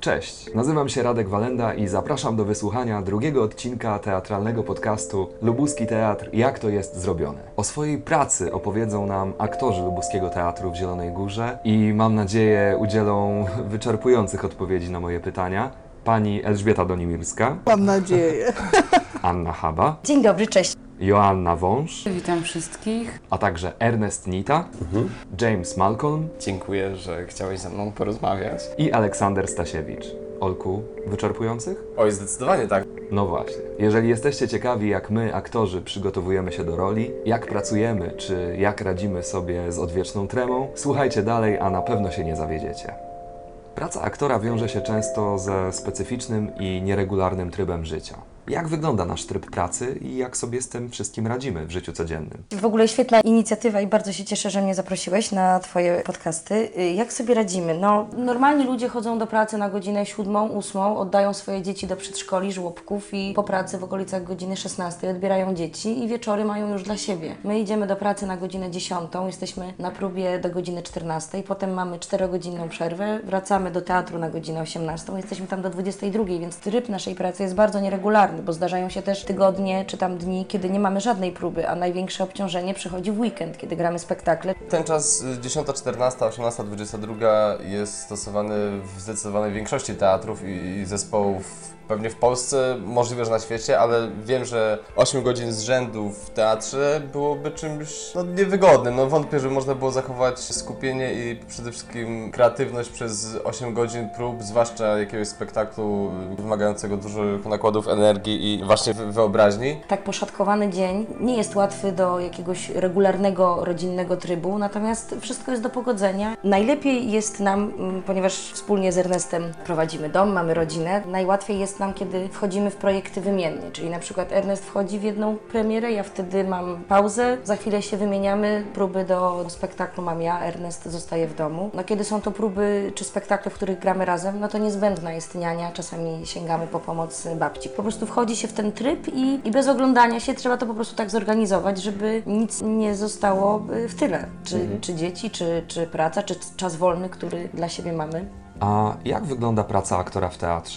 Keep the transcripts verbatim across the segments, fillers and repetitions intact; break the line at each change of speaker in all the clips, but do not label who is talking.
Cześć, nazywam się Radek Walenda i zapraszam do wysłuchania drugiego odcinka teatralnego podcastu Lubuski Teatr – Jak to jest zrobione. O swojej pracy opowiedzą nam aktorzy Lubuskiego Teatru w Zielonej Górze i mam nadzieję udzielą wyczerpujących odpowiedzi na moje pytania pani Elżbieta Donimirska.
Mam nadzieję.
Anna Haba.
Dzień dobry, cześć.
Joanna Wąż.
Witam wszystkich.
A także Ernest Nita. Mhm. James Malcolm.
Dziękuję, że chciałeś ze mną porozmawiać.
I Aleksander Stasiewicz. Olku, wyczerpujących?
Oj, zdecydowanie tak.
No właśnie. Jeżeli jesteście ciekawi, jak my, aktorzy, przygotowujemy się do roli, jak pracujemy, czy jak radzimy sobie z odwieczną tremą, słuchajcie dalej, a na pewno się nie zawiedziecie. Praca aktora wiąże się często ze specyficznym i nieregularnym trybem życia. Jak wygląda nasz tryb pracy i jak sobie z tym wszystkim radzimy w życiu codziennym?
W ogóle świetna inicjatywa i bardzo się cieszę, że mnie zaprosiłeś na Twoje podcasty. Jak sobie radzimy? No, normalni ludzie chodzą do pracy na godzinę siódmą, ósmą, oddają swoje dzieci do przedszkoli, żłobków i po pracy w okolicach godziny szesnastej odbierają dzieci i wieczory mają już dla siebie. My idziemy do pracy na godzinę dziesiątą, jesteśmy na próbie do godziny czternastej, potem mamy czterogodzinną przerwę, wracamy do teatru na godzinę osiemnastą, jesteśmy tam do dwudziestej drugiej, więc tryb naszej pracy jest bardzo nieregularny, bo zdarzają się też tygodnie czy tam dni, kiedy nie mamy żadnej próby, a największe obciążenie przychodzi w weekend, kiedy gramy spektakle.
Ten czas dziesiąta, czternasta, osiemnasta, dwudziesta druga jest stosowany w zdecydowanej większości teatrów i zespołów. Pewnie w Polsce, możliwe, że na świecie, ale wiem, że osiem godzin z rzędu w teatrze byłoby czymś no, niewygodnym. No, wątpię, że można było zachować skupienie i przede wszystkim kreatywność przez osiem godzin prób, zwłaszcza jakiegoś spektaklu wymagającego dużych nakładów energii i właśnie wyobraźni.
Tak poszatkowany dzień nie jest łatwy do jakiegoś regularnego, rodzinnego trybu, natomiast wszystko jest do pogodzenia. Najlepiej jest nam, ponieważ wspólnie z Ernestem prowadzimy dom, mamy rodzinę, najłatwiej jest nam, kiedy wchodzimy w projekty wymiennie, czyli na przykład Ernest wchodzi w jedną premierę, ja wtedy mam pauzę, za chwilę się wymieniamy, próby do spektaklu mam ja, Ernest zostaje w domu. No kiedy są to próby czy spektakle, w których gramy razem, no to niezbędna jest niania, czasami sięgamy po pomoc babci. Po prostu wchodzi się w ten tryb i, i bez oglądania się trzeba to po prostu tak zorganizować, żeby nic nie zostało w tyle. Czy, mhm. czy dzieci, czy, czy praca, czy czas wolny, który dla siebie mamy.
A jak wygląda praca aktora w teatrze?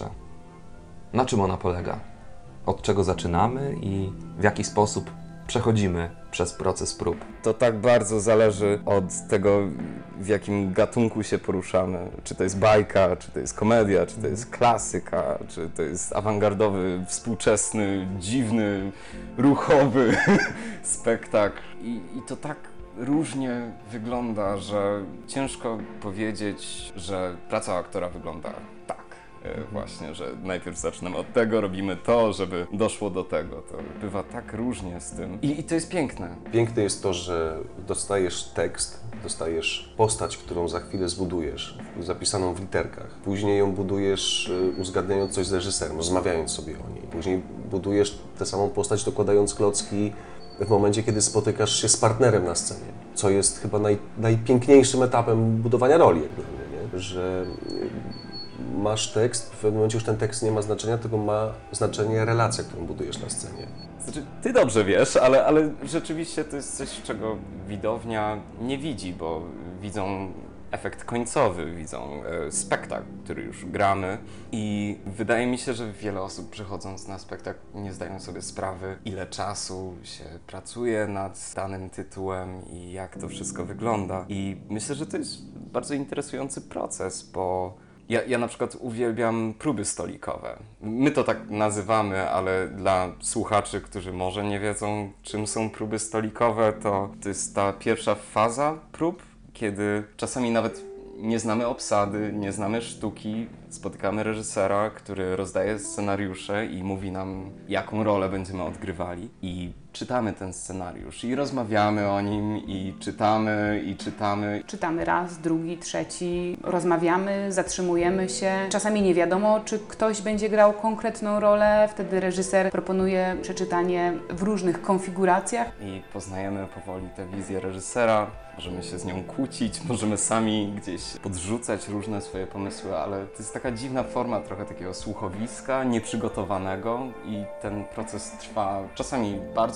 Na czym ona polega? Od czego zaczynamy i w jaki sposób przechodzimy przez proces prób?
To tak bardzo zależy od tego, w jakim gatunku się poruszamy. Czy to jest bajka, czy to jest komedia, czy to jest klasyka, czy to jest awangardowy, współczesny, dziwny, ruchowy spektakl. I, I to tak różnie wygląda, że ciężko powiedzieć, że praca aktora wygląda tak. Właśnie, że najpierw zaczynamy od tego, robimy to, żeby doszło do tego. To bywa tak różnie z tym. I, i to jest piękne.
Piękne jest to, że dostajesz tekst, dostajesz postać, którą za chwilę zbudujesz, zapisaną w literkach. Później ją budujesz, uzgadniając coś z reżyserem, rozmawiając sobie o niej. Później budujesz tę samą postać, dokładając klocki w momencie, kiedy spotykasz się z partnerem na scenie. Co jest chyba naj, najpiękniejszym etapem budowania roli, jak dla mnie, nie? Że masz tekst, w pewnym momencie już ten tekst nie ma znaczenia, tylko ma znaczenie relacja, którą budujesz na scenie.
Znaczy, ty dobrze wiesz, ale, ale rzeczywiście to jest coś, czego widownia nie widzi, bo widzą efekt końcowy, widzą e, spektakl, który już gramy i wydaje mi się, że wiele osób przychodząc na spektakl nie zdają sobie sprawy, ile czasu się pracuje nad danym tytułem i jak to wszystko wygląda. I myślę, że to jest bardzo interesujący proces, bo Ja, ja na przykład uwielbiam próby stolikowe. My to tak nazywamy, ale dla słuchaczy, którzy może nie wiedzą, czym są próby stolikowe, to, to jest ta pierwsza faza prób, kiedy czasami nawet nie znamy obsady, nie znamy sztuki, spotykamy reżysera, który rozdaje scenariusze i mówi nam, jaką rolę będziemy odgrywali. I czytamy ten scenariusz i rozmawiamy o nim i czytamy i czytamy.
Czytamy raz, drugi, trzeci, rozmawiamy, zatrzymujemy się. Czasami nie wiadomo, czy ktoś będzie grał konkretną rolę, wtedy reżyser proponuje przeczytanie w różnych konfiguracjach.
I poznajemy powoli tę wizję reżysera, możemy się z nią kłócić, możemy sami gdzieś podrzucać różne swoje pomysły, ale to jest taka dziwna forma trochę takiego słuchowiska, nieprzygotowanego i ten proces trwa czasami bardzo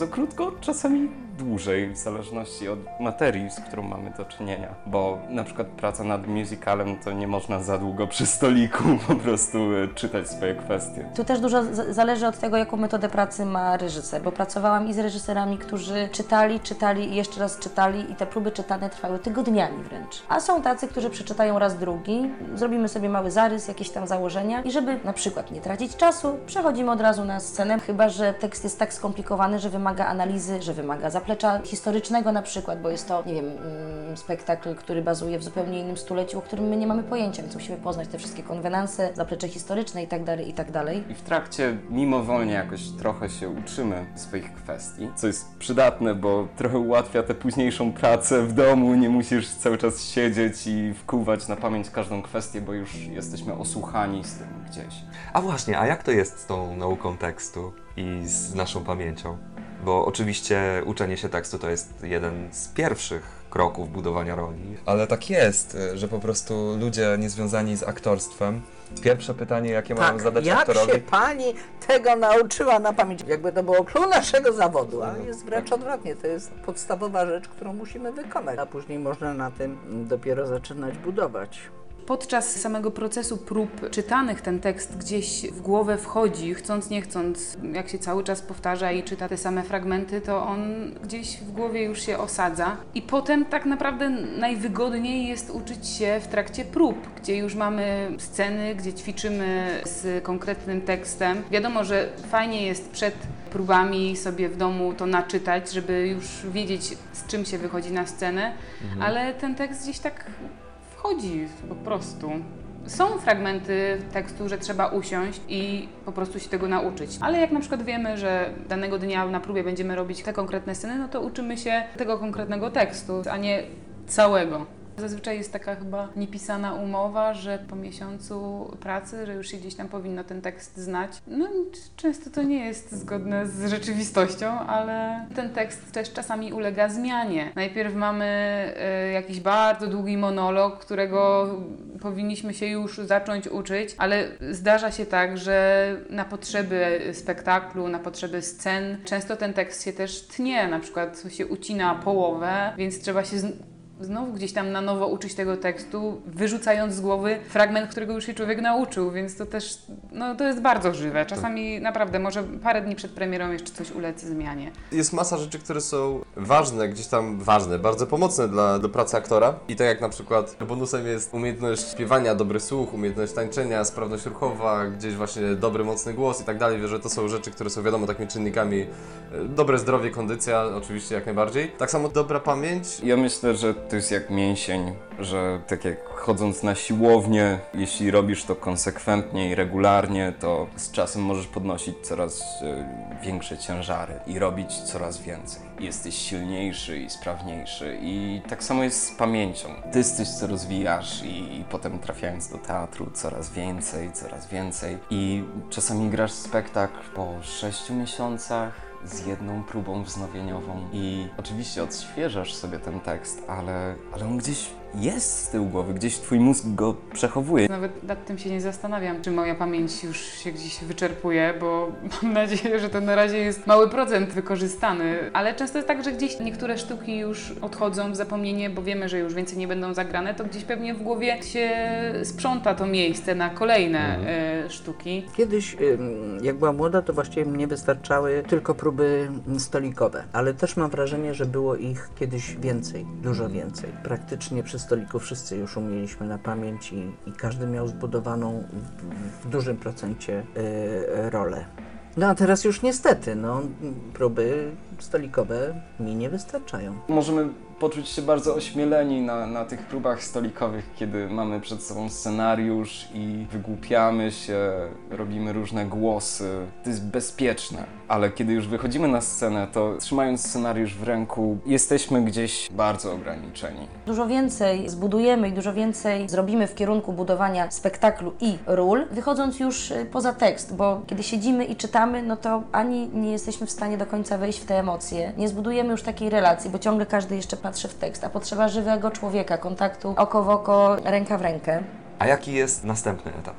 krótko, czasami dłużej, w zależności od materii, z którą mamy do czynienia. Bo na przykład praca nad musicalem to nie można za długo przy stoliku po prostu e, czytać swoje kwestie.
Tu też dużo z- zależy od tego, jaką metodę pracy ma reżyser, bo pracowałam i z reżyserami, którzy czytali, czytali i jeszcze raz czytali i te próby czytane trwały tygodniami wręcz. A są tacy, którzy przeczytają raz drugi, zrobimy sobie mały zarys, jakieś tam założenia i żeby na przykład nie tracić czasu, przechodzimy od razu na scenę, chyba że tekst jest tak skomplikowany, że wymaga analizy, że wymaga zaplecza historycznego na przykład, bo jest to, nie wiem, mm, spektakl, który bazuje w zupełnie innym stuleciu, o którym my nie mamy pojęcia, więc musimy poznać te wszystkie konwenanse, zaplecze historyczne i tak dalej, i tak dalej.
I w trakcie mimowolnie jakoś trochę się uczymy swoich kwestii, co jest przydatne, bo trochę ułatwia tę późniejszą pracę w domu, nie musisz cały czas siedzieć i wkuwać na pamięć każdą kwestię, bo już jesteśmy osłuchani z tym gdzieś.
A właśnie, a jak to jest z tą nauką tekstu i z naszą pamięcią? Bo oczywiście uczenie się tekstu to jest jeden z pierwszych kroków budowania roli. Ale tak jest, że po prostu ludzie niezwiązani z aktorstwem, pierwsze pytanie, jakie mają
Tak,
zadać
jak
aktorowi...
się pani tego nauczyła na pamięć? Jakby to było klucz naszego zawodu, a jest wręcz odwrotnie. To jest podstawowa rzecz, którą musimy wykonać, a później można na tym dopiero zaczynać budować.
Podczas samego procesu prób czytanych ten tekst gdzieś w głowę wchodzi, chcąc nie chcąc, jak się cały czas powtarza i czyta te same fragmenty, to on gdzieś w głowie już się osadza. I potem tak naprawdę najwygodniej jest uczyć się w trakcie prób, gdzie już mamy sceny, gdzie ćwiczymy z konkretnym tekstem. Wiadomo, że fajnie jest przed próbami sobie w domu to naczytać, żeby już wiedzieć, z czym się wychodzi na scenę, mhm. ale ten tekst gdzieś tak wchodzi po prostu. Są fragmenty tekstu, że trzeba usiąść i po prostu się tego nauczyć. Ale jak na przykład wiemy, że danego dnia na próbie będziemy robić te konkretne sceny, no to uczymy się tego konkretnego tekstu, a nie całego. Zazwyczaj jest taka chyba niepisana umowa, że po miesiącu pracy, że już się gdzieś tam powinno ten tekst znać. No często to nie jest zgodne z rzeczywistością, ale ten tekst też czasami ulega zmianie. Najpierw mamy y, jakiś bardzo długi monolog, którego powinniśmy się już zacząć uczyć, ale zdarza się tak, że na potrzeby spektaklu, na potrzeby scen często ten tekst się też tnie, na przykład się ucina połowę, więc trzeba się z... znowu gdzieś tam na nowo uczyć tego tekstu, wyrzucając z głowy fragment, którego już się człowiek nauczył, więc to też, no to jest bardzo żywe. Czasami naprawdę może parę dni przed premierą jeszcze coś ulec zmianie.
Jest masa rzeczy, które są ważne, gdzieś tam ważne, bardzo pomocne dla, do pracy aktora. I tak jak na przykład bonusem jest umiejętność śpiewania, dobry słuch, umiejętność tańczenia, sprawność ruchowa, gdzieś właśnie dobry, mocny głos i tak dalej, że to są rzeczy, które są wiadomo takimi czynnikami. Dobre zdrowie, kondycja, oczywiście jak najbardziej. Tak samo dobra pamięć.
Ja myślę, że to jest jak mięsień, że tak jak chodząc na siłownię, jeśli robisz to konsekwentnie i regularnie, to z czasem możesz podnosić coraz y, większe ciężary i robić coraz więcej. Jesteś silniejszy i sprawniejszy i tak samo jest z pamięcią. Ty jesteś co rozwijasz i, i potem trafiając do teatru coraz więcej, coraz więcej i czasami grasz spektakl po sześciu miesiącach, z jedną próbą wznowieniową i oczywiście odświeżasz sobie ten tekst, ale, ale on gdzieś jest z tyłu głowy, gdzieś twój mózg go przechowuje.
Nawet nad tym się nie zastanawiam, czy moja pamięć już się gdzieś wyczerpuje, bo mam nadzieję, że to na razie jest mały procent wykorzystany, ale często jest tak, że gdzieś niektóre sztuki już odchodzą w zapomnienie, bo wiemy, że już więcej nie będą zagrane, to gdzieś pewnie w głowie się sprząta to miejsce na kolejne mhm. y, sztuki.
Kiedyś, jak była młoda, to właściwie mnie wystarczały tylko próby stolikowe, ale też mam wrażenie, że było ich kiedyś więcej, dużo więcej. Praktycznie przy stoliku wszyscy już umieliśmy na pamięć i, i każdy miał zbudowaną w, w dużym procencie y, rolę. No a teraz już niestety, no, próby stolikowe mi nie wystarczają.
Możemy poczuć się bardzo ośmieleni na, na tych próbach stolikowych, kiedy mamy przed sobą scenariusz i wygłupiamy się, robimy różne głosy. To jest bezpieczne, ale kiedy już wychodzimy na scenę, to trzymając scenariusz w ręku, jesteśmy gdzieś bardzo ograniczeni.
Dużo więcej zbudujemy i dużo więcej zrobimy w kierunku budowania spektaklu i ról, wychodząc już poza tekst, bo kiedy siedzimy i czytamy, no to ani nie jesteśmy w stanie do końca wejść w te emocje, nie zbudujemy już takiej relacji, bo ciągle każdy jeszcze patrzy w tekst, a potrzeba żywego człowieka, kontaktu oko w oko, ręka w rękę.
A jaki jest następny etap?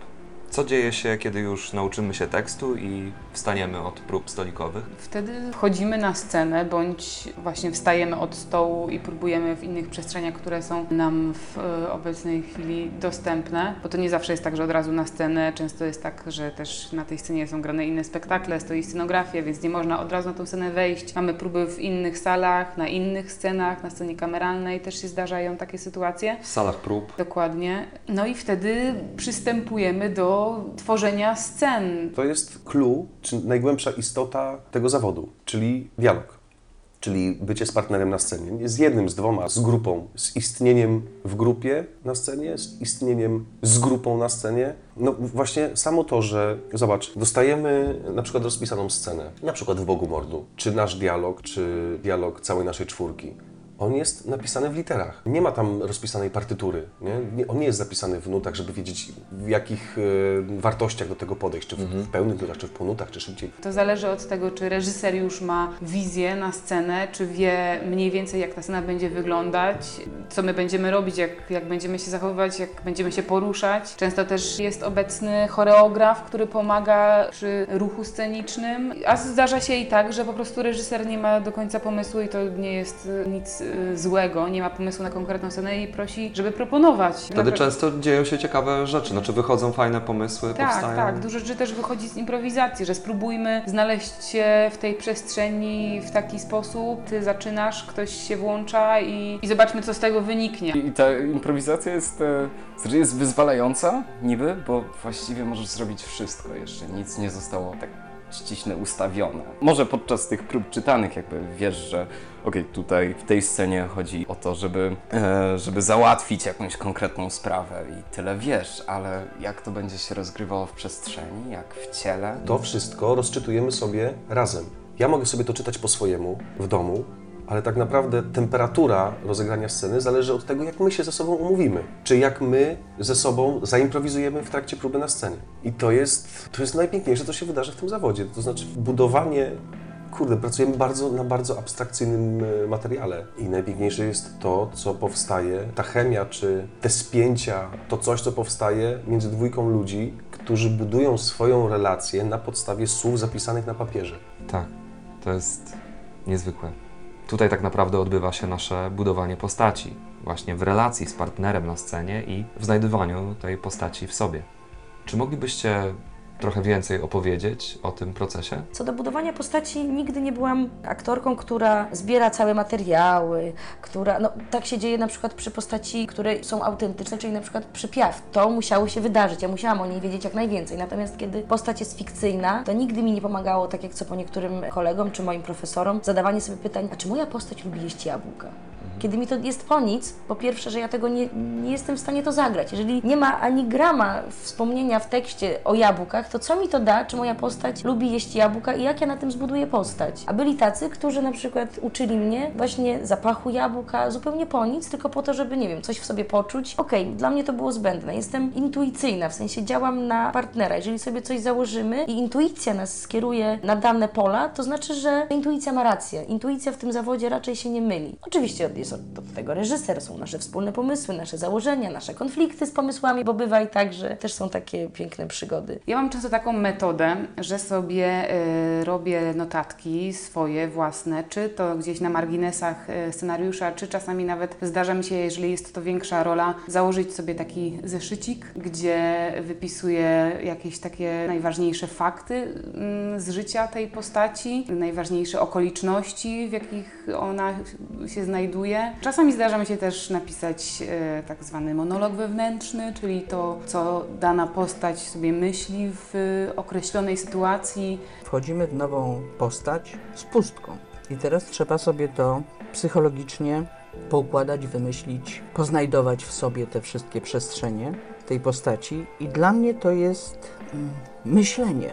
Co dzieje się, kiedy już nauczymy się tekstu i wstaniemy od prób stolikowych?
Wtedy wchodzimy na scenę, bądź właśnie wstajemy od stołu i próbujemy w innych przestrzeniach, które są nam w e, obecnej chwili dostępne, bo to nie zawsze jest tak, że od razu na scenę, często jest tak, że też na tej scenie są grane inne spektakle, stoi scenografia, więc nie można od razu na tę scenę wejść. Mamy próby w innych salach, na innych scenach, na scenie kameralnej też się zdarzają takie sytuacje.
W salach prób.
Dokładnie. No i wtedy przystępujemy do tworzenia scen.
To jest clue, czy najgłębsza istota tego zawodu, czyli dialog. Czyli bycie z partnerem na scenie. Nie z jednym, z dwoma, z grupą, z istnieniem w grupie na scenie, z istnieniem z grupą na scenie. No właśnie samo to, że zobacz, dostajemy na przykład rozpisaną scenę, na przykład w Bogu Mordu, czy nasz dialog, czy dialog całej naszej czwórki. On jest napisany w literach. Nie ma tam rozpisanej partytury. Nie? Nie, on nie jest zapisany w nutach, żeby wiedzieć, w jakich y, wartościach do tego podejść. Czy w,
Mhm.
w pełnych nutach, czy w półnutach, czy szybciej.
To zależy od tego, czy reżyser już ma wizję na scenę, czy wie mniej więcej, jak ta scena będzie wyglądać, co my będziemy robić, jak, jak będziemy się zachowywać, jak będziemy się poruszać. Często też jest obecny choreograf, który pomaga przy ruchu scenicznym, a zdarza się i tak, że po prostu reżyser nie ma do końca pomysłu i to nie jest nic złego, nie ma pomysłu na konkretną scenę i prosi, żeby proponować.
Wtedy często dzieją się ciekawe rzeczy, znaczy wychodzą fajne pomysły,
Tak,
powstają.
tak. Dużo rzeczy też wychodzi z improwizacji, że spróbujmy znaleźć się w tej przestrzeni w taki sposób. Ty zaczynasz, ktoś się włącza i, i zobaczmy, co z tego wyniknie.
I ta improwizacja jest, e, znaczy jest wyzwalająca niby, bo właściwie możesz zrobić wszystko jeszcze, nic nie zostało tak ściśle ustawione. Może podczas tych prób czytanych jakby wiesz, że okej, okay, tutaj w tej scenie chodzi o to, żeby, e, żeby załatwić jakąś konkretną sprawę i tyle wiesz, ale jak to będzie się rozgrywało w przestrzeni, jak w ciele?
To wszystko rozczytujemy sobie razem. Ja mogę sobie to czytać po swojemu w domu, ale tak naprawdę temperatura rozegrania sceny zależy od tego, jak my się ze sobą umówimy. Czy jak my ze sobą zaimprowizujemy w trakcie próby na scenie. I to jest, to jest najpiękniejsze, co się wydarzy w tym zawodzie. To znaczy budowanie, kurde, pracujemy bardzo, na bardzo abstrakcyjnym materiale. I najpiękniejsze jest to, co powstaje, ta chemia, czy te spięcia, to coś, co powstaje między dwójką ludzi, którzy budują swoją relację na podstawie słów zapisanych na papierze.
Tak, to jest niezwykłe. Tutaj tak naprawdę odbywa się nasze budowanie postaci, właśnie w relacji z partnerem na scenie i w znajdowaniu tej postaci w sobie. Czy moglibyście trochę więcej opowiedzieć o tym procesie?
Co do budowania postaci, nigdy nie byłam aktorką, która zbiera całe materiały, która, no tak się dzieje na przykład przy postaci, które są autentyczne, czyli na przykład przy Piaf. To musiało się wydarzyć, ja musiałam o niej wiedzieć jak najwięcej. Natomiast kiedy postać jest fikcyjna, to nigdy mi nie pomagało, tak jak co po niektórym kolegom czy moim profesorom, zadawanie sobie pytań, a czy moja postać lubi jeść jabłka? Kiedy mi to jest po nic, po pierwsze, że ja tego nie, nie jestem w stanie to zagrać. Jeżeli nie ma ani grama wspomnienia w tekście o jabłkach, to co mi to da, czy moja postać lubi jeść jabłka i jak ja na tym zbuduję postać? A byli tacy, którzy na przykład uczyli mnie właśnie zapachu jabłka zupełnie po nic, tylko po to, żeby, nie wiem, coś w sobie poczuć. Okej, okay, dla mnie to było zbędne. Jestem intuicyjna, w sensie działam na partnera. Jeżeli sobie coś założymy i intuicja nas skieruje na dane pola, to znaczy, że intuicja ma rację. Intuicja w tym zawodzie raczej się nie myli. Oczywiście jest od tego reżyser, są nasze wspólne pomysły, nasze założenia, nasze konflikty z pomysłami, bo bywa i tak, że też są takie piękne przygody.
Ja mam często taką metodę, że sobie y, robię notatki swoje, własne, czy to gdzieś na marginesach y, scenariusza, czy czasami nawet zdarza mi się, jeżeli jest to większa rola, założyć sobie taki zeszycik, gdzie wypisuję jakieś takie najważniejsze fakty y, z życia tej postaci, najważniejsze okoliczności, w jakich ona się znajduje. Czasami zdarza mi się też napisać e, tak zwany monolog wewnętrzny, czyli to, co dana postać sobie myśli w e, określonej sytuacji.
Wchodzimy w nową postać z pustką. I teraz trzeba sobie to psychologicznie poukładać, wymyślić, poznajdować w sobie te wszystkie przestrzenie tej postaci. I dla mnie to jest mm, myślenie.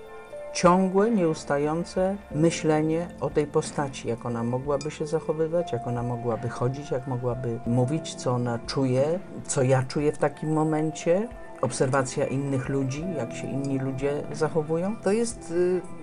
Ciągłe, nieustające myślenie o tej postaci, jak ona mogłaby się zachowywać, jak ona mogłaby chodzić, jak mogłaby mówić, co ona czuje, co ja czuję w takim momencie. Obserwacja innych ludzi, jak się inni ludzie zachowują. To jest y,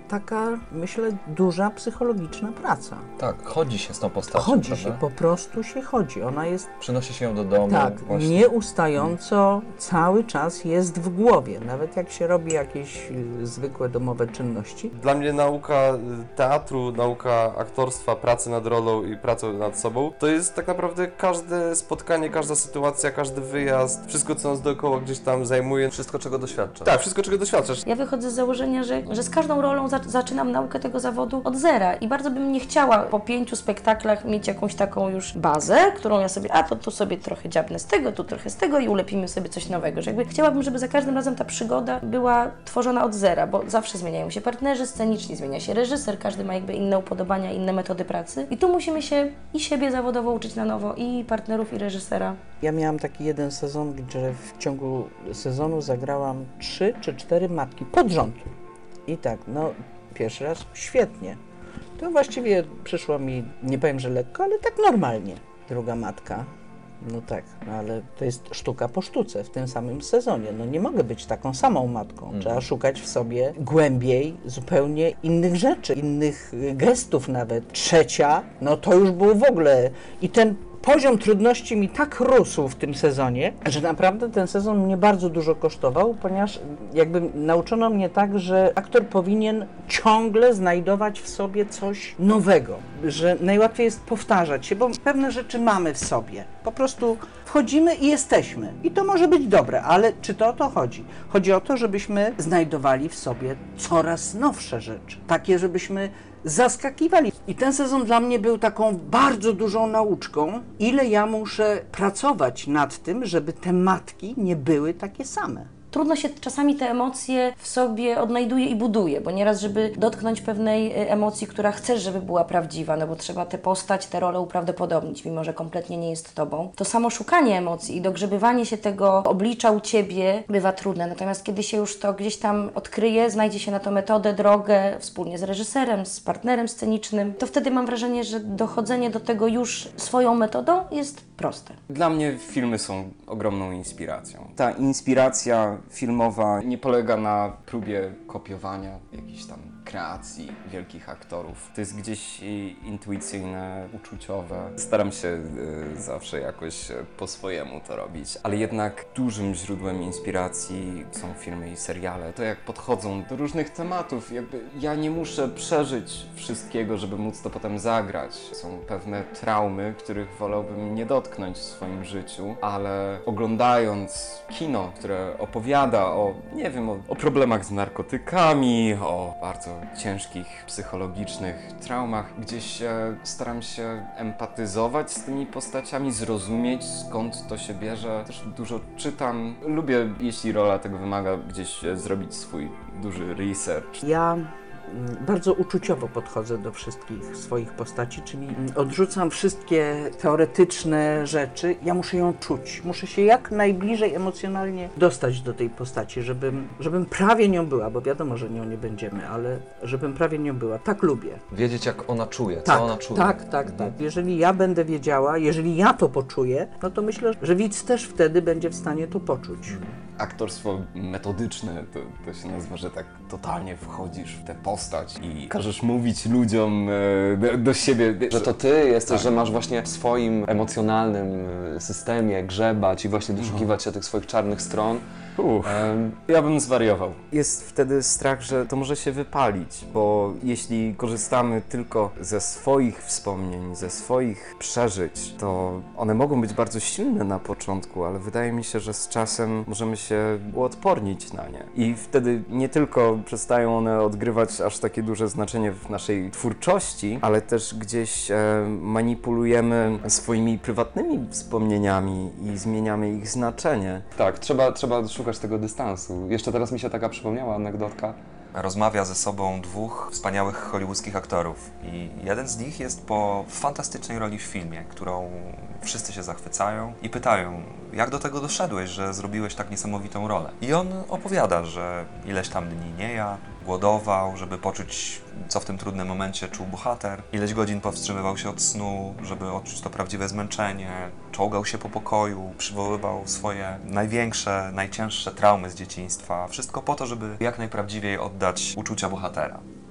taka, myślę, duża psychologiczna praca.
Tak, chodzi się z tą postacią,
Chodzi
prawda?
się, po prostu się chodzi. Ona jest
Przynosi się ją do domu.
tak,
właśnie.
nieustająco cały czas jest w głowie. Nawet jak się robi jakieś y, zwykłe domowe czynności.
Dla mnie nauka y, teatru, nauka aktorstwa, pracy nad rolą i pracy nad sobą, to jest tak naprawdę każde spotkanie, każda sytuacja, każdy wyjazd, wszystko co nas dookoła gdzieś tam zajmuje.
Wszystko, czego doświadczasz.
Tak, wszystko czego doświadczasz.
Ja wychodzę z założenia, że, że z każdą rolą za, zaczynam naukę tego zawodu od zera i bardzo bym nie chciała po pięciu spektaklach mieć jakąś taką już bazę, którą ja sobie, a to tu sobie trochę dziabnę z tego, tu trochę z tego i ulepimy sobie coś nowego, że jakby chciałabym, żeby za każdym razem ta przygoda była tworzona od zera, bo zawsze zmieniają się partnerzy sceniczni, zmienia się reżyser, każdy ma jakby inne upodobania, inne metody pracy i tu musimy się i siebie zawodowo uczyć na nowo, i partnerów, i reżysera.
Ja miałam taki jeden sezon, gdzie w ciągu sezonu zagrałam trzy czy cztery matki pod rząd. I tak, no pierwszy raz świetnie. To właściwie przyszło mi, nie powiem, że lekko, ale tak normalnie. Druga matka, no tak, no ale to jest sztuka po sztuce w tym samym sezonie. No nie mogę być taką samą matką.
Mhm.
Trzeba szukać w sobie głębiej zupełnie innych rzeczy, innych y, gestów nawet. Trzecia, no to już było w ogóle i ten poziom trudności mi tak rósł w tym sezonie, że naprawdę ten sezon mnie bardzo dużo kosztował, ponieważ jakby nauczono mnie tak, że aktor powinien ciągle znajdować w sobie coś nowego, że najłatwiej jest powtarzać się, bo pewne rzeczy mamy w sobie. Po prostu wchodzimy i jesteśmy. I to może być dobre, ale czy to o to chodzi? Chodzi o to, żebyśmy znajdowali w sobie coraz nowsze rzeczy. Takie, żebyśmy zaskakiwali. I ten sezon dla mnie był taką bardzo dużą nauczką, ile ja muszę pracować nad tym, żeby te matki nie były takie same.
Trudno się czasami te emocje w sobie odnajduje i buduje, bo nieraz, żeby dotknąć pewnej y, emocji, która chcesz, żeby była prawdziwa, no bo trzeba tę postać, tę rolę uprawdopodobnić, mimo że kompletnie nie jest tobą. To samo szukanie emocji i dogrzebywanie się tego oblicza u ciebie bywa trudne, natomiast kiedy się już to gdzieś tam odkryje, znajdzie się na to metodę, drogę, wspólnie z reżyserem, z partnerem scenicznym, to wtedy mam wrażenie, że dochodzenie do tego już swoją metodą jest proste.
Dla mnie filmy są ogromną inspiracją. Ta inspiracja filmowa nie polega na próbie kopiowania jakichś tam kreacji wielkich aktorów. To jest gdzieś intuicyjne, uczuciowe. Staram się y, zawsze jakoś po swojemu to robić, ale jednak dużym źródłem inspiracji są filmy i seriale. To jak podchodzą do różnych tematów, jakby ja nie muszę przeżyć wszystkiego, żeby móc to potem zagrać. Są pewne traumy, których wolałbym nie dotknąć w swoim życiu, ale oglądając kino, które opowiada o, nie wiem, o, o problemach z narkotykami, o bardzo ciężkich psychologicznych traumach, gdzieś e, staram się empatyzować z tymi postaciami, zrozumieć skąd to się bierze. Też dużo czytam. Lubię, jeśli rola tego wymaga, gdzieś e, zrobić swój duży research.
Ja bardzo uczuciowo podchodzę do wszystkich swoich postaci, czyli odrzucam wszystkie teoretyczne rzeczy. Ja muszę ją czuć. Muszę się jak najbliżej emocjonalnie dostać do tej postaci, żebym, żebym prawie nią była, bo wiadomo, że nią nie będziemy, ale żebym prawie nią była. Tak lubię.
Wiedzieć, jak ona czuje, co
Tak,
ona czuje.
tak, tak, tak. Jeżeli ja będę wiedziała, jeżeli ja to poczuję, no to myślę, że widz też wtedy będzie w stanie to poczuć.
Aktorstwo metodyczne, to, to się nazywa, że tak totalnie wchodzisz w tę postać i każesz mówić ludziom e, do, do siebie.
Że to ty jesteś,
Tak.
że masz właśnie w swoim emocjonalnym y, systemie grzebać i właśnie doszukiwać się tych swoich czarnych stron.
Uff,
Em,
ja bym zwariował. Jest wtedy strach, że to może się wypalić, bo jeśli korzystamy tylko ze swoich wspomnień, ze swoich przeżyć, to one mogą być bardzo silne na początku, ale wydaje mi się, że z czasem możemy się uodpornić na nie. I wtedy nie tylko przestają one odgrywać aż takie duże znaczenie w naszej twórczości, ale też gdzieś e, manipulujemy swoimi prywatnymi wspomnieniami i zmieniamy ich znaczenie.
Tak, trzeba, trzeba szukać tego dystansu. Jeszcze teraz mi się taka przypomniała anegdotka. Rozmawia ze sobą dwóch wspaniałych hollywoodzkich aktorów i jeden z nich jest po fantastycznej roli w filmie, którą wszyscy się zachwycają i pytają, jak do tego doszedłeś, że zrobiłeś tak niesamowitą rolę. I on opowiada, że ileś tam dni nie jadł, głodował, żeby poczuć, co w tym trudnym momencie czuł bohater. Ileś godzin powstrzymywał się od snu, żeby odczuć to prawdziwe zmęczenie. Czołgał się po pokoju, przywoływał swoje największe, najcięższe traumy z dzieciństwa. Wszystko po to, żeby jak najprawdziwiej oddać uczucia bohatera.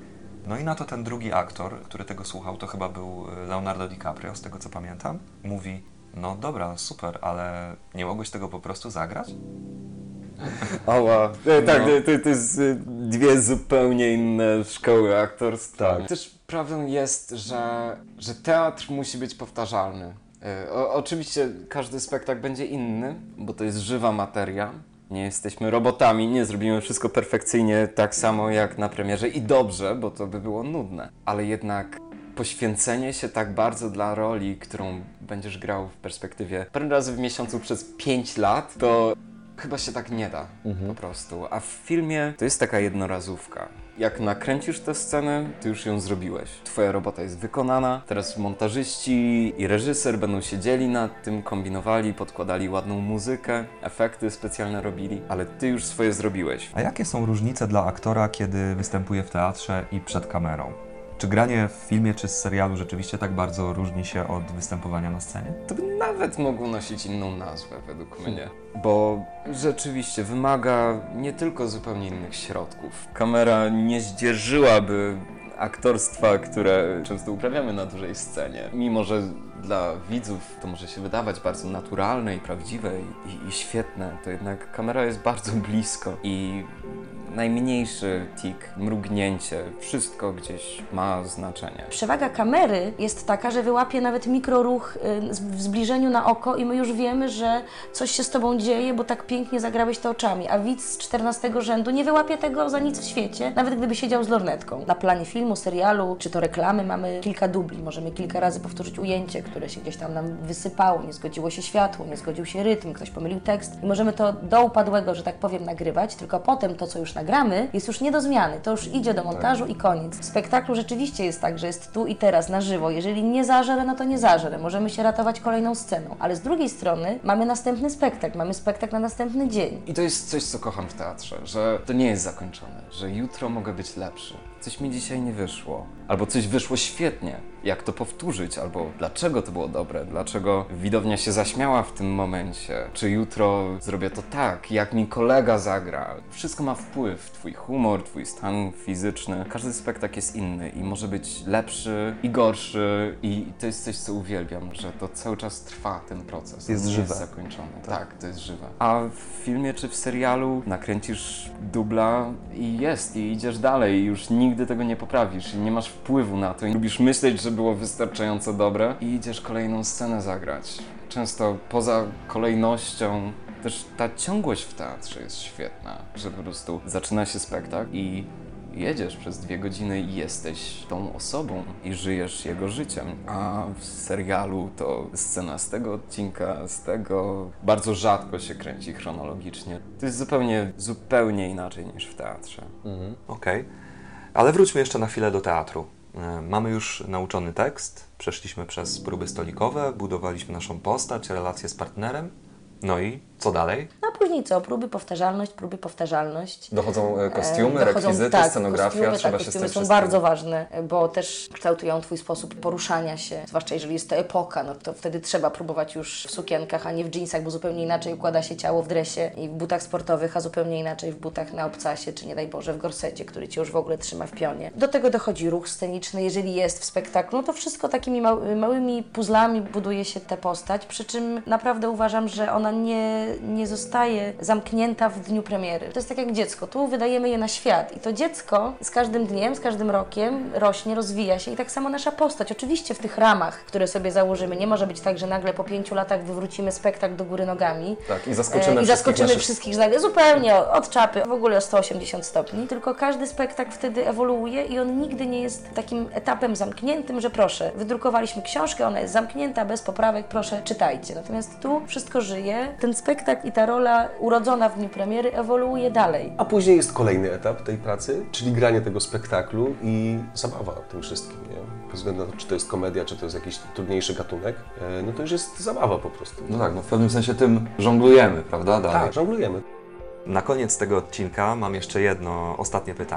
No i na to ten drugi aktor, który tego słuchał, to chyba był Leonardo DiCaprio, z tego co pamiętam, mówi: no dobra, super, ale nie mogłeś tego po prostu zagrać?
Ała, e, tak,
No.
to, to jest e, dwie zupełnie inne szkoły aktorstwa.
Tak.
Też prawdą jest, że, że teatr musi być powtarzalny. E, o, oczywiście każdy spektakl będzie inny, bo to jest żywa materia. Nie jesteśmy robotami, nie zrobimy wszystko perfekcyjnie tak samo jak na premierze i dobrze, bo to by było nudne. Ale jednak poświęcenie się tak bardzo dla roli, którą będziesz grał w perspektywie parę razy w miesiącu przez pięć lat, to chyba się tak nie da po prostu. A w filmie to jest taka jednorazówka. Jak nakręcisz tę scenę, ty już ją zrobiłeś. Twoja robota jest wykonana, teraz montażyści i reżyser będą siedzieli nad tym, kombinowali, podkładali ładną muzykę, efekty specjalne robili, ale ty już swoje zrobiłeś.
A jakie są różnice dla aktora, kiedy występuje w teatrze i przed kamerą? Czy granie w filmie czy serialu rzeczywiście tak bardzo różni się od występowania na scenie?
To by nawet mogło nosić inną nazwę według mnie, bo rzeczywiście wymaga nie tylko zupełnie innych środków. Kamera nie zdzierżyłaby aktorstwa, które często uprawiamy na dużej scenie. Mimo że dla widzów to może się wydawać bardzo naturalne i prawdziwe i, i, i świetne, to jednak kamera jest bardzo blisko i najmniejszy tik, mrugnięcie, wszystko gdzieś ma znaczenie.
Przewaga kamery jest taka, że wyłapie nawet mikroruch y, z- w zbliżeniu na oko i my już wiemy, że coś się z Tobą dzieje, bo tak pięknie zagrałeś to oczami, a widz z czternastego rzędu nie wyłapie tego za nic w świecie, nawet gdyby siedział z lornetką. Na planie filmu, serialu, czy to reklamy mamy kilka dubli, możemy kilka razy powtórzyć ujęcie, które się gdzieś tam nam wysypało, nie zgodziło się światło, nie zgodził się rytm, ktoś pomylił tekst i możemy to do upadłego, że tak powiem, nagrywać, tylko potem to, co już nagramy, jest już nie do zmiany, to już idzie do montażu i koniec. W spektaklu rzeczywiście jest tak, że jest tu i teraz, na żywo. Jeżeli nie zażerę, no to nie zażerę. Możemy się ratować kolejną sceną. Ale z drugiej strony mamy następny spektakl, mamy spektakl na następny dzień.
I to jest coś, co kocham w teatrze, że to nie jest zakończone, że jutro mogę być lepszy. Coś mi dzisiaj nie wyszło, albo coś wyszło świetnie. Jak to powtórzyć, albo dlaczego to było dobre, dlaczego widownia się zaśmiała w tym momencie, czy jutro zrobię to tak, jak mi kolega zagra. Wszystko ma wpływ, twój humor, twój stan fizyczny. Każdy spektakl jest inny i może być lepszy i gorszy i to jest coś, co uwielbiam, że to cały czas trwa ten proces.
Jest
On nie
żywe.
jest zakończony. Tak, to jest żywe. A w filmie czy w serialu nakręcisz dubla i jest, i idziesz dalej i już nigdy tego nie poprawisz i nie masz wpływu na to i lubisz myśleć, że było wystarczająco dobre i idziesz kolejną scenę zagrać. Często poza kolejnością też ta ciągłość w teatrze jest świetna, że po prostu zaczyna się spektakl i jedziesz przez dwie godziny i jesteś tą osobą i żyjesz jego życiem. A w serialu to scena z tego odcinka, z tego bardzo rzadko się kręci chronologicznie. To jest zupełnie, zupełnie inaczej niż w teatrze.
Okej, ale wróćmy jeszcze na chwilę do teatru. E, Mamy już nauczony tekst, przeszliśmy przez próby stolikowe, budowaliśmy naszą postać, relacje z partnerem. No i co dalej?
No a później co? Próby, powtarzalność, próby, powtarzalność.
Dochodzą e, kostiumy,
E, dochodzą-
rekwizyty,
tak,
scenografia,
kostiumy,
trzeba
tak,
się z
kostiumy
tym
są
wszystkim...
bardzo ważne, bo też kształtują Twój sposób poruszania się, zwłaszcza jeżeli jest to epoka, no to wtedy trzeba próbować już w sukienkach, a nie w dżinsach, bo zupełnie inaczej układa się ciało w dresie i w butach sportowych, a zupełnie inaczej w butach na obcasie, czy nie daj Boże w gorsecie, który Cię już w ogóle trzyma w pionie. Do tego dochodzi ruch sceniczny, jeżeli jest w spektaklu, no to wszystko takimi mał- małymi puzzlami buduje się tę postać, przy czym naprawdę uważam, że ona nie, nie zostaje zamknięta w dniu premiery. To jest tak jak dziecko, tu wydajemy je na świat i to dziecko z każdym dniem, z każdym rokiem rośnie, rozwija się i tak samo nasza postać. Oczywiście w tych ramach, które sobie założymy, nie może być tak, że nagle po pięciu latach wywrócimy spektakl do góry nogami
Tak, i
e,
zaskoczymy
i zaskoczymy
naszych...
wszystkich z nagle, zupełnie od czapy, w ogóle o sto osiemdziesiąt stopni, tylko każdy spektakl wtedy ewoluuje i on nigdy nie jest takim etapem zamkniętym, że proszę, wydrukowaliśmy książkę, ona jest zamknięta, bez poprawek, proszę, czytajcie. Natomiast tu wszystko żyje, ten spektakl i ta rola urodzona w dniu premiery ewoluuje dalej.
A później jest kolejny etap tej pracy, czyli granie tego spektaklu i zabawa tym wszystkim, nie? Bez względu na to, czy to jest komedia, czy to jest jakiś trudniejszy gatunek, e, no to już jest zabawa po prostu.
No tak, no w pewnym sensie tym żonglujemy, prawda? Dalej.
Tak, żonglujemy.
Na koniec tego odcinka mam jeszcze jedno ostatnie pytanie.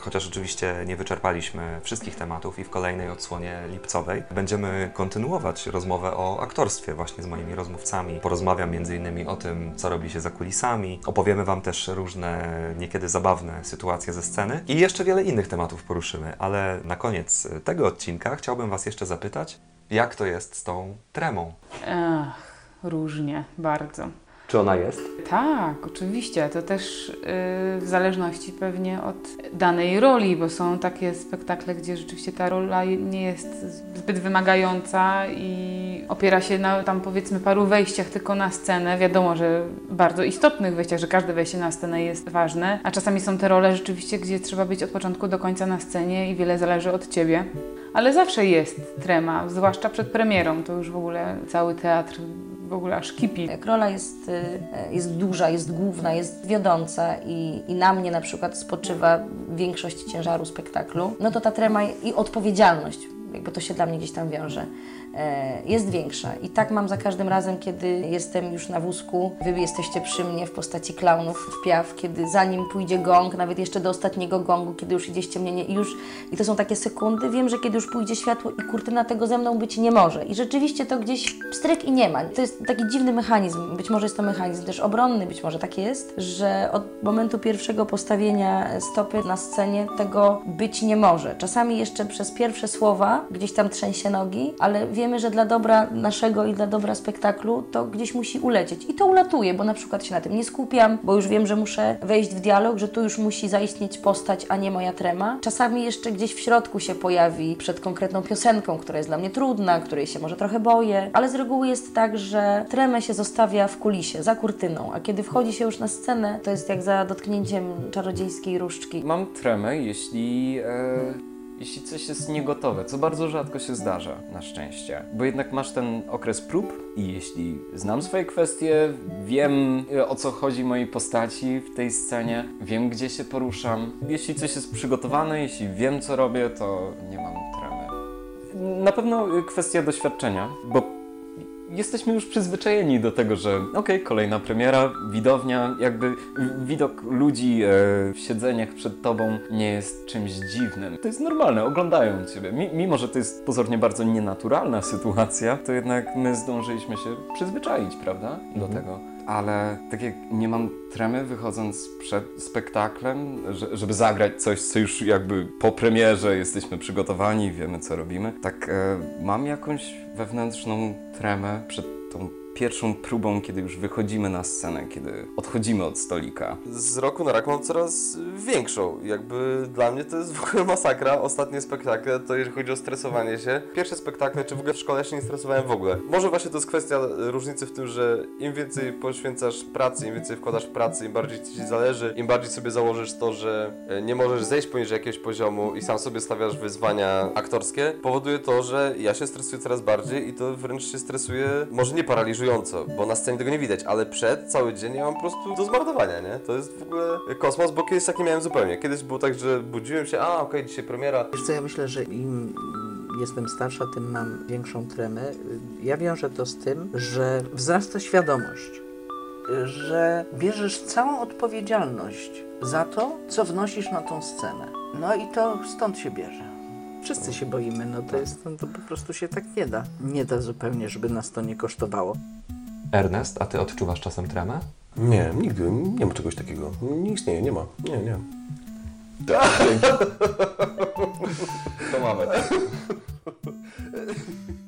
chociaż oczywiście nie wyczerpaliśmy wszystkich tematów i w kolejnej odsłonie lipcowej będziemy kontynuować rozmowę o aktorstwie właśnie z moimi rozmówcami. Porozmawiam między innymi o tym, co robi się za kulisami. Opowiemy Wam też różne, niekiedy zabawne sytuacje ze sceny i jeszcze wiele innych tematów poruszymy, ale na koniec tego odcinka chciałbym Was jeszcze zapytać, jak to jest z tą tremą?
Ach, różnie, bardzo.
Czy ona jest?
Tak, oczywiście. To też yy, w zależności pewnie od danej roli, bo są takie spektakle, gdzie rzeczywiście ta rola nie jest zbyt wymagająca i opiera się na tam powiedzmy paru wejściach tylko na scenę. Wiadomo, że bardzo istotnych wejściach, że każde wejście na scenę jest ważne, a czasami są te role rzeczywiście, gdzie trzeba być od początku do końca na scenie i wiele zależy od Ciebie. Ale zawsze jest trema, zwłaszcza przed premierą. To już w ogóle cały teatr w ogóle aż kipi.
Jak rola jest, jest duża, jest główna, jest wiodąca i, i na mnie na przykład spoczywa większość ciężaru spektaklu, no to ta trema i odpowiedzialność, jakby to się dla mnie gdzieś tam wiąże, jest większa. I tak mam za każdym razem, kiedy jestem już na wózku, Wy jesteście przy mnie w postaci klaunów w Piaf, kiedy zanim pójdzie gong, nawet jeszcze do ostatniego gongu, kiedy już idzie ściemnienie i już, i to są takie sekundy, wiem, że kiedy już pójdzie światło i kurtyna, tego ze mną być nie może. I rzeczywiście to gdzieś pstryk i nie ma. To jest taki dziwny mechanizm, być może jest to mechanizm też obronny, być może tak jest, że od momentu pierwszego postawienia stopy na scenie tego być nie może. Czasami jeszcze przez pierwsze słowa gdzieś tam trzęsie nogi, ale wiem, wiemy, że dla dobra naszego i dla dobra spektaklu to gdzieś musi ulecieć. I to ulatuje, bo na przykład się na tym nie skupiam, bo już wiem, że muszę wejść w dialog, że tu już musi zaistnieć postać, a nie moja trema. Czasami jeszcze gdzieś w środku się pojawi przed konkretną piosenką, która jest dla mnie trudna, której się może trochę boję, ale z reguły jest tak, że tremę się zostawia w kulisie, za kurtyną, a kiedy wchodzi się już na scenę, to jest jak za dotknięciem czarodziejskiej różdżki.
Mam tremę, jeśli... E... Jeśli coś jest niegotowe, co bardzo rzadko się zdarza, na szczęście. Bo jednak masz ten okres prób i jeśli znam swoje kwestie, wiem o co chodzi mojej postaci w tej scenie, wiem gdzie się poruszam. Jeśli coś jest przygotowane, jeśli wiem co robię, to nie mam tremy. Na pewno kwestia doświadczenia, bo jesteśmy już przyzwyczajeni do tego, że okej, okay, kolejna premiera, widownia, jakby widok ludzi e, w siedzeniach przed tobą nie jest czymś dziwnym. To jest normalne, oglądają ciebie. Mi, mimo, że to jest pozornie bardzo nienaturalna sytuacja, to jednak my zdążyliśmy się przyzwyczaić, prawda, do mhm. tego. Ale tak jak nie mam tremy wychodząc przed spektaklem, że, żeby zagrać coś, co już jakby po premierze jesteśmy przygotowani, wiemy co robimy, tak e, mam jakąś wewnętrzną tremę przed tą pierwszą próbą, kiedy już wychodzimy na scenę, kiedy odchodzimy od stolika.
Z roku na rok mam coraz większą. Jakby dla mnie to jest w ogóle masakra. Ostatnie spektakle, to jeżeli chodzi o stresowanie się. Pierwsze spektakle, czy w ogóle w szkole się nie stresowałem w ogóle. Może właśnie to jest kwestia różnicy w tym, że im więcej poświęcasz pracy, im więcej wkładasz w pracy, im bardziej ci zależy, im bardziej sobie założysz to, że nie możesz zejść poniżej jakiegoś poziomu i sam sobie stawiasz wyzwania aktorskie, powoduje to, że ja się stresuję coraz bardziej i to wręcz się stresuje, może nie paraliżująco, bo na scenie tego nie widać, ale przed cały dzień ja mam po prostu do zmarnowania, nie? To jest w ogóle kosmos, bo kiedyś tak nie miałem zupełnie. Kiedyś było tak, że budziłem się, a okej, okay, dzisiaj premiera.
Wiesz co, ja myślę, że im jestem starsza, tym mam większą tremę. Ja wiążę to z tym, że wzrasta świadomość, że bierzesz całą odpowiedzialność za to, co wnosisz na tą scenę. No i to stąd się bierze. Wszyscy się boimy, no to jest, no to po prostu się tak nie da. Nie da zupełnie, żeby nas to nie kosztowało.
Ernest, a ty odczuwasz czasem tremę?
Nie, nigdy. Nie ma czegoś takiego. Nie istnieje, nie ma. Nie, nie.
To mamy.